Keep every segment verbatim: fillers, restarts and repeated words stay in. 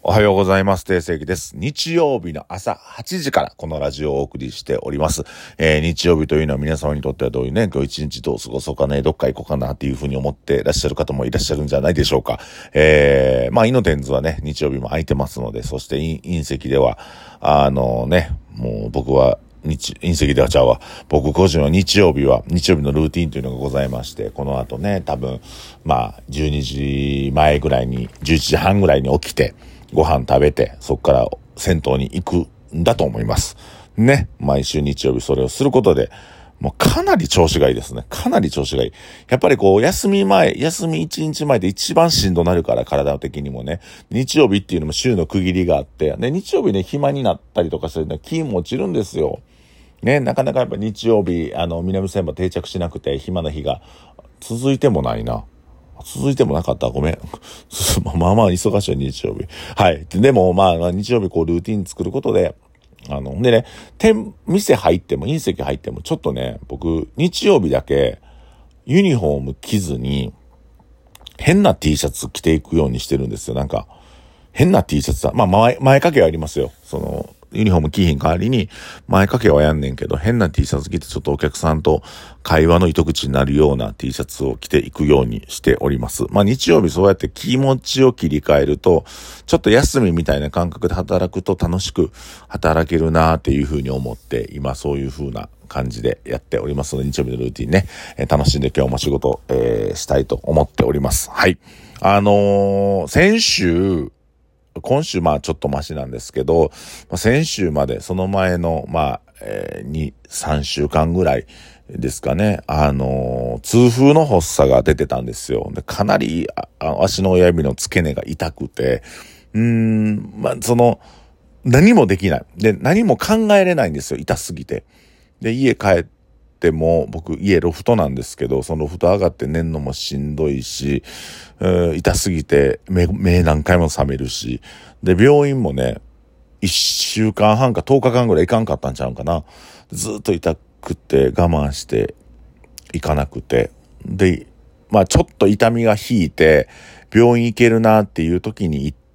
おはようございます。定世紀です。日曜日の朝はちじからこのラジオをお送りしております。えー、日曜日というのは皆様にとってはどういうね、今日一日どう過ごそうかね、どっか行こうかなっていうふうに思っていらっしゃる方もいらっしゃるんじゃないでしょうか。えー、まあ、イノテンズはね、日曜日も空いてますので、そして隕石では、あのね、もう僕は、日、隕石ではちゃうわ。僕個人は日曜日は、日曜日のルーティンというのがございまして、この後ね、多分、まあ、じゅうにじまえぐらいに、じゅういちじはんぐらいに起きて、ご飯食べて、そこから銭湯に行くんだと思います。ね。毎週日曜日それをすることで、もうかなり調子がいいですね。かなり調子がいい。やっぱりこう、休み前、休み一日前で一番しんどなるから、体的にもね。日曜日っていうのも週の区切りがあって、で、日曜日ね、暇になったりとかしてね、気も落ちるんですよ。ね、なかなかやっぱ日曜日、あの、南千葉定着しなくて、暇な日が続いてもないな。続いてもなかった。ごめん。まあまあ忙しい日曜日。はい。でもまあ日曜日こうルーティン作ることで、あの、でね、店、店入っても、隕石入っても、ちょっとね、僕、日曜日だけユニフォーム着ずに、変な T シャツ着ていくようにしてるんですよ。なんか、変な T シャツだ。まあ前、前掛けはありますよ。その、ユニフォーム着ひん代わりに前掛けはやんねんけど、変な T シャツ着てちょっとお客さんと会話の糸口になるような T シャツを着ていくようにしております。まあ日曜日そうやって気持ちを切り替えると、ちょっと休みみたいな感覚で働くと楽しく働けるなーっていうふうに思って、今そういうふうな感じでやっておりますので、日曜日のルーティンね、えー、楽しんで今日も仕事、えー、したいと思っております。はい。あのー、先週、今週まあちょっとマシなんですけど、まあ、先週までその前のまあ、えー、に、さんしゅうかんぐらいですかね、あのー、痛風の発作が出てたんですよ。で、かなりあ足の親指の付け根が痛くて、うーん、まあその、何もできない。で、何も考えれないんですよ、痛すぎて。で、家帰って、でも僕家ロフトなんですけど、そのロフト上がって寝んのもしんどいし、えー、痛すぎて目、目何回も覚めるし、で病院もねいっしゅうかんはんかとおかかんぐらい行かんかったんちゃうかな。ずっと痛くて我慢して行かなくて、でまあちょっと痛みが引いて病院行けるなっていう時に行って、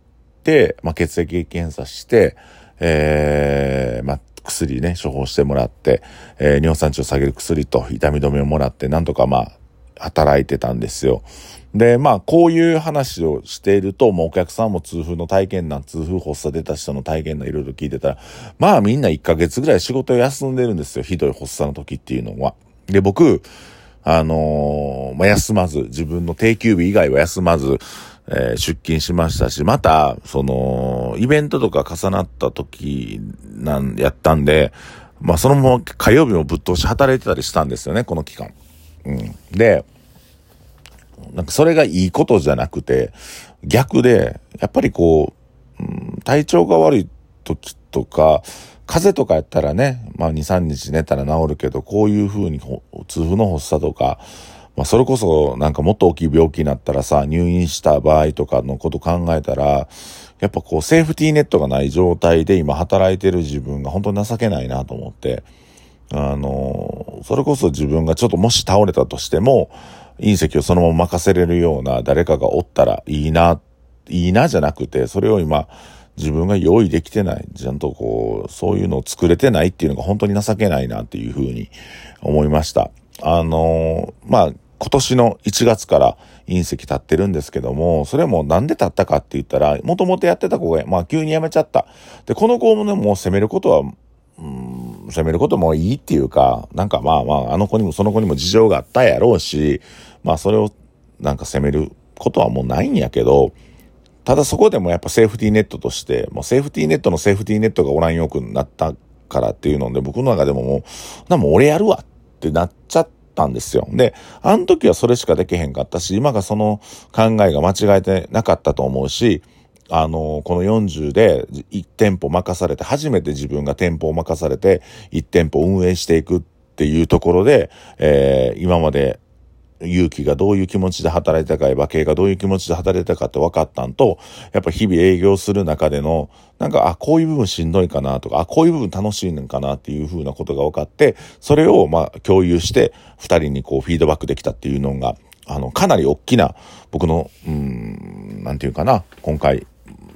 まあ、血液検査して、えー、まあ薬ね、処方してもらって、えー、尿酸値を下げる薬と痛み止めをもらって、なんとかまあ、働いてたんですよ。で、まあ、こういう話をしていると、もうお客さんも痛風の体験談、痛風発作出た人の体験談いろいろ聞いてたら、まあみんないっかげつぐらい仕事を休んでるんですよ。ひどい発作の時っていうのは。で、僕、あのー、まあ、休まず、自分の定休日以外は休まず、えー、出勤しましたし、また、その、イベントとか重なった時なん、やったんで、まあ、そのまま火曜日もぶっ通し働いてたりしたんですよね、この期間。うん。で、なんかそれがいいことじゃなくて、逆で、やっぱりこう、うん、体調が悪い時とか、風邪とかやったらね、まあに、さんにち寝たら治るけど、こういう風に痛風の発作とか、まあそれこそなんかもっと大きい病気になったらさ、入院した場合とかのこと考えたら、やっぱこうセーフティーネットがない状態で今働いてる自分が本当に情けないなと思って、あの、それこそ自分がちょっともし倒れたとしても、隕石をそのまま任せれるような誰かがおったらいいな、いいなじゃなくて、それを今、自分が用意できてない、ちゃんとこう、そういうのを作れてないっていうのが本当に情けないなっていうふうに思いました。あのー、まあ、今年のいちがつから隕石立ってるんですけども、それもなんで立ったかって言ったら、もともとやってた子が、まあ急に辞めちゃった。で、この子もね、もう責めることは、うーん、責めることもいいっていうか、なんかまあまあ、あの子にもその子にも事情があったやろうし、まあそれをなんか責めることはもうないんやけど、ただそこでもやっぱセーフティーネットとして、もうセーフティーネットのセーフティーネットがおらんよくなったからっていうので、僕の中でももう、なもう俺やるわってなっちゃったんですよ。で、あの時はそれしかできへんかったし、今がその考えが間違えてなかったと思うし、あの、このよんじゅうでいち店舗任されて、初めて自分が店舗を任されて、いち店舗運営していくっていうところで、えー、今まで、勇気がどういう気持ちで働いたか、馬系がどういう気持ちで働いたかって分かったんと、やっぱ日々営業する中での、なんか、あ、こういう部分しんどいかなとか、あ、こういう部分楽しいのかなっていう風なことが分かって、それをまあ共有して、二人にこうフィードバックできたっていうのが、あの、かなり大きな、僕の、うーん、なんていうかな、今回、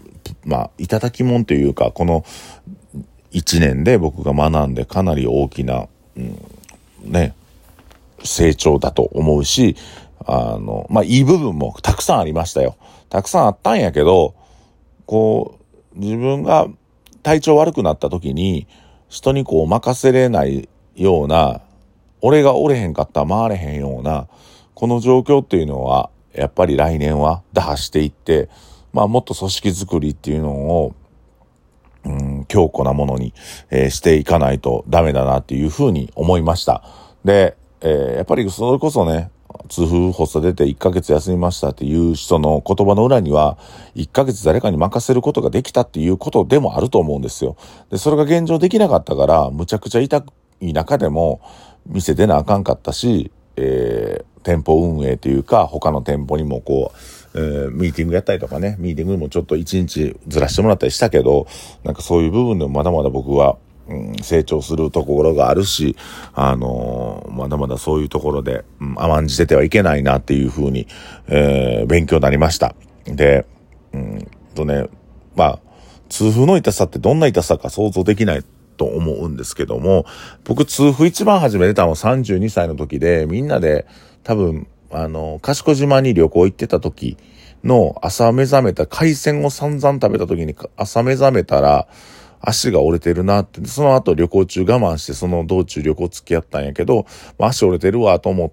まあ、いただきもんというか、この一年で僕が学んでかなり大きな、うん、ね、成長だと思うし、あの、まあ、いい部分もたくさんありましたよ。たくさんあったんやけど、こう、自分が体調悪くなった時に、人にこう任せれないような、俺がおれへんかったら回れへんような、この状況っていうのは、やっぱり来年は打破していって、まあもっと組織づくりっていうのを、うん、強固なものに、えー、していかないとダメだなっていうふうに思いました。で、えー、やっぱりそれこそね、痛風発作出ていっかげつ休みましたっていう人の言葉の裏には、いっかげつ誰かに任せることができたっていうことでもあると思うんですよ。で、それが現状できなかったから、むちゃくちゃ痛い中でも、店出なあかんかったし、えー、店舗運営というか、他の店舗にもこう、えー、ミーティングやったりとかね、ミーティングにもちょっと一日ずらしてもらったりしたけど、なんかそういう部分でもまだまだ僕は、うん、成長するところがあるし、あのー、まだまだそういうところで、うん、甘んじててはいけないなっていうふうに、えー、勉強になりました。で、うんとね、まあ、痛風の痛さってどんな痛さか想像できないと思うんですけども、僕痛風一番初めてたのはさんじゅうにさいの時で、みんなで多分、あの、賢島に旅行行ってた時の朝目覚めた、海鮮を散々食べた時に朝目覚めたら、足が折れてるなって、その後旅行中我慢して、その道中旅行付き合ったんやけど、まあ、足折れてるわと思って、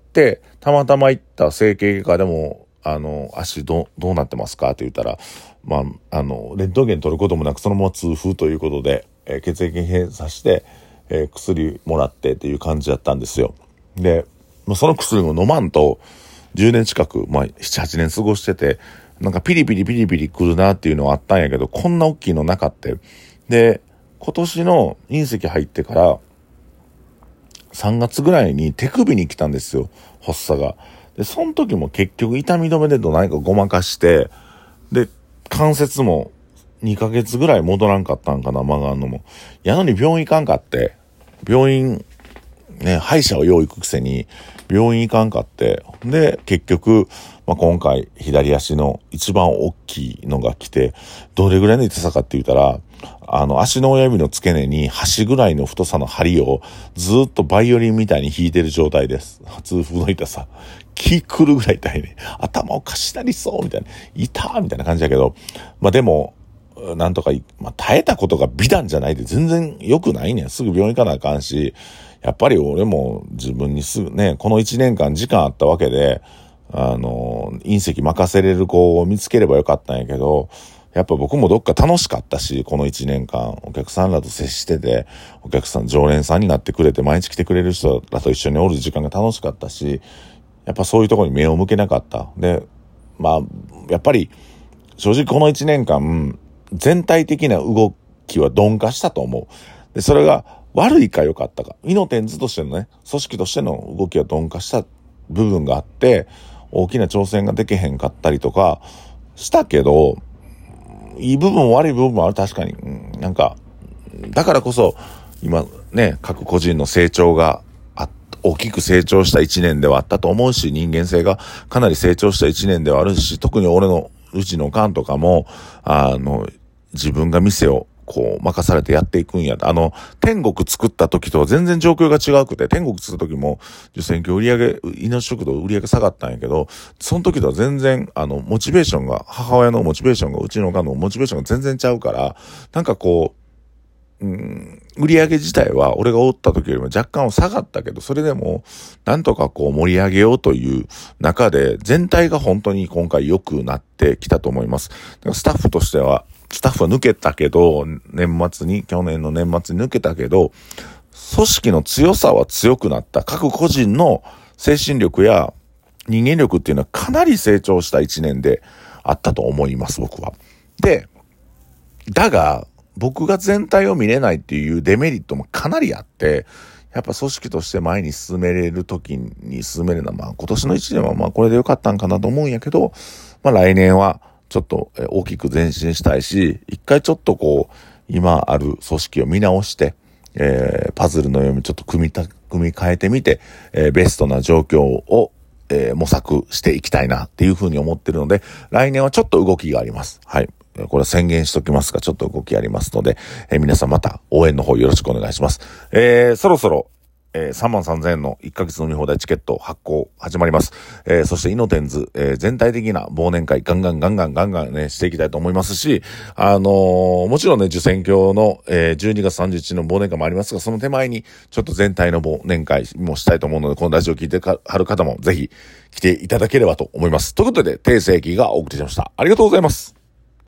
たまたま行った整形外科でも、あの、足ど、どうなってますかって言ったら、まあ、あの、レントゲン取ることもなく、そのまま痛風ということで、えー、血液検査して、えー、薬もらってっていう感じだったんですよ。で、その薬も飲まんと、じゅうねん近く、まあ、なな、はちねん過ごしてて、なんかピリピリピリピリ来るなっていうのはあったんやけど、こんな大きいのなかった。で、今年の隕石入ってからさんがつぐらいに手首に来たんですよ、発作が。で、その時も結局痛み止めでどないかごまかして、で、関節もにかげつぐらい戻らんかったんかな、曲がんのも。やのに病院行かんかって、病院、ね、歯医者をよう行くくせに病院行かんかって、で、結局、まあ、今回左足の一番大きいのが来て、どれぐらいの痛さかって言ったら、あの足の親指の付け根に箸ぐらいの太さの針をずっとバイオリンみたいに弾いてる状態です。痛風の痛さ。気狂うぐらい痛いね。頭おかしなりそうみたいな。痛ーみたいな感じだけど、まあでも、なんとか、まあ、耐えたことが美談じゃないで全然良くないねん。すぐ病院行かなあかんし、やっぱり俺も自分にすぐね、このいちねんかん時間あったわけで、あの、隕石任せれる子を見つければよかったんやけど、やっぱ僕もどっか楽しかったし、このいちねんかんお客さんらと接してて、お客さん常連さんになってくれて毎日来てくれる人らと一緒におる時間が楽しかったし、やっぱそういうところに目を向けなかった。で、まあ、やっぱり正直このいちねんかん全体的な動きは鈍化したと思う。で、それが悪いか良かったか。イノテンズとしてのね、組織としての動きは鈍化した部分があって、大きな挑戦ができへんかったりとかしたけど、いい部分悪い部分もある、確かに。うん、なんか、だからこそ、今ね、各個人の成長があ、大きく成長した一年ではあったと思うし、人間性がかなり成長した一年ではあるし、特に俺のうちのおかんとかも、あの、自分が店をこう任されてやっていくんや。あの、天国作った時とは全然状況が違うくて、天国作った時も受選挙売り上げ、命食堂売り上げ下がったんやけど、その時とは全然、あの、モチベーションが、母親のモチベーションが、うちのおかんのモチベーションが全然ちゃうから、なんかこう、うん、売り上げ自体は俺がおった時よりも若干は下がったけど、それでもなんとかこう盛り上げようという中で全体が本当に今回良くなってきたと思います。だからスタッフとしては、スタッフは抜けたけど、年末に、去年の年末に抜けたけど、組織の強さは強くなった。各個人の精神力や人間力っていうのはかなり成長した一年であったと思います、僕は。で、だが、僕が全体を見れないっていうデメリットもかなりあって、やっぱ組織として前に進めれる時に進めるのは、まあ今年の一年はまあこれでよかったんかなと思うんやけど、まあ来年はちょっと大きく前進したいし、一回ちょっとこう、今ある組織を見直して、えー、パズルのようにちょっと組みた、組み替えてみて、えー、ベストな状況を、えー、模索していきたいなっていうふうに思ってるので、来年はちょっと動きがあります。はい。 これは宣言しときますが、ちょっと動きありますので、えー、皆さんまた応援の方よろしくお願いします。えー、そろそろ、えー、さんまんさんぜんえんのいっかげつ飲み放題チケット発行始まります。えー、そしてイノテンズ、えー、全体的な忘年会ガンガンガンガンガンガンね、していきたいと思いますし、あのー、もちろんね、受選挙の、えー、じゅうにがつさんじゅういちにちの忘年会もありますが、その手前にちょっと全体の忘年会もしたいと思うので、このラジオ聞いてはる方もぜひ来ていただければと思います。ということで、定世紀がお送りしました。ありがとうございます。